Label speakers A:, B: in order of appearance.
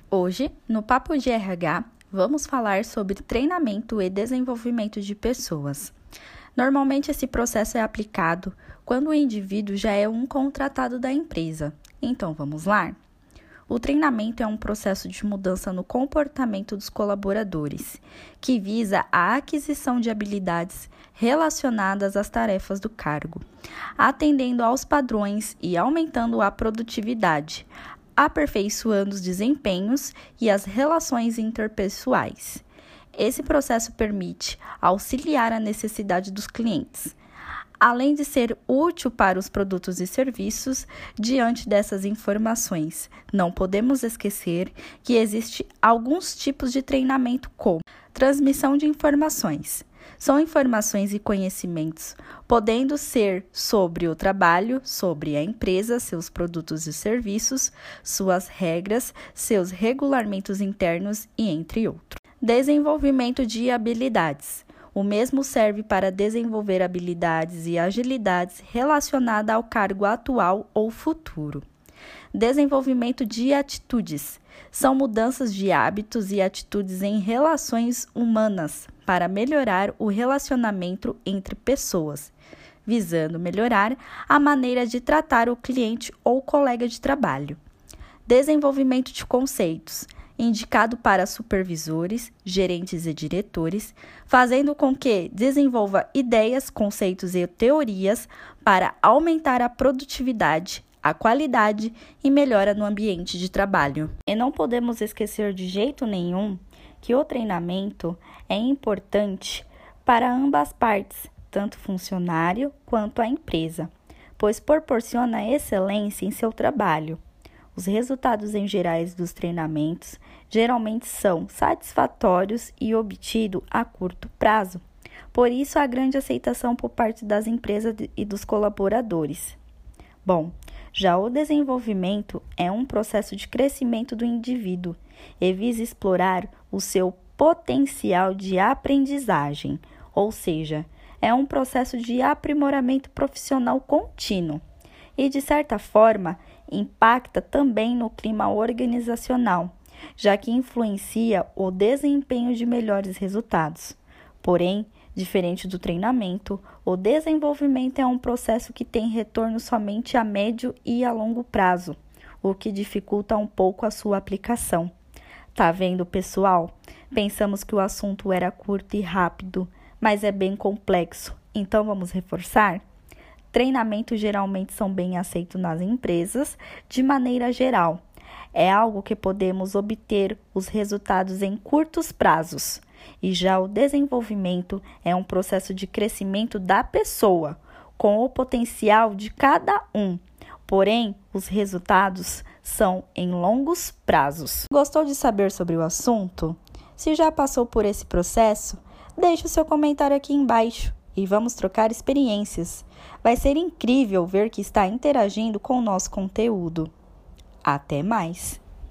A: Hoje, no Papo de RH, vamos falar sobre treinamento e desenvolvimento de pessoas. Normalmente, esse processo é aplicado quando o indivíduo já é um contratado da empresa. Então, vamos lá? O treinamento é um processo de mudança no comportamento dos colaboradores, que visa a aquisição de habilidades relacionadas às tarefas do cargo, atendendo aos padrões e aumentando a produtividade, aperfeiçoando os desempenhos e as relações interpessoais. Esse processo permite auxiliar a necessidade dos clientes, além de ser útil para os produtos e serviços. Diante dessas informações, não podemos esquecer que existem alguns tipos de treinamento, como transmissão de informações. São informações e conhecimentos, podendo ser sobre o trabalho, sobre a empresa, seus produtos e serviços, suas regras, seus regulamentos internos e entre outros. Desenvolvimento de habilidades. O mesmo serve para desenvolver habilidades e agilidades relacionadas ao cargo atual ou futuro. Desenvolvimento de atitudes. São mudanças de hábitos e atitudes em relações humanas para melhorar o relacionamento entre pessoas, visando melhorar a maneira de tratar o cliente ou colega de trabalho. Desenvolvimento de conceitos. Indicado para supervisores, gerentes e diretores, fazendo com que desenvolva ideias, conceitos e teorias para aumentar a produtividade, a qualidade e melhora no ambiente de trabalho. E não podemos esquecer de jeito nenhum que o treinamento é importante para ambas partes, tanto o funcionário quanto a empresa, pois proporciona excelência em seu trabalho. Os resultados em gerais dos treinamentos geralmente são satisfatórios e obtidos a curto prazo. Por isso, há grande aceitação por parte das empresas e dos colaboradores. Bom, já o desenvolvimento é um processo de crescimento do indivíduo e visa explorar o seu potencial de aprendizagem, ou seja, é um processo de aprimoramento profissional contínuo e, de certa forma, impacta também no clima organizacional, já que influencia o desempenho de melhores resultados. Porém, diferente do treinamento, o desenvolvimento é um processo que tem retorno somente a médio e a longo prazo, o que dificulta um pouco a sua aplicação. Tá vendo, pessoal? Pensamos que o assunto era curto e rápido, mas é bem complexo. Então, vamos reforçar? Treinamentos geralmente são bem aceitos nas empresas de maneira geral. É algo que podemos obter os resultados em curtos prazos. E já o desenvolvimento é um processo de crescimento da pessoa, com o potencial de cada um. Porém, os resultados são em longos prazos. Gostou de saber sobre o assunto? Se já passou por esse processo, deixe o seu comentário aqui embaixo e vamos trocar experiências. Vai ser incrível ver que está interagindo com o nosso conteúdo. Até mais!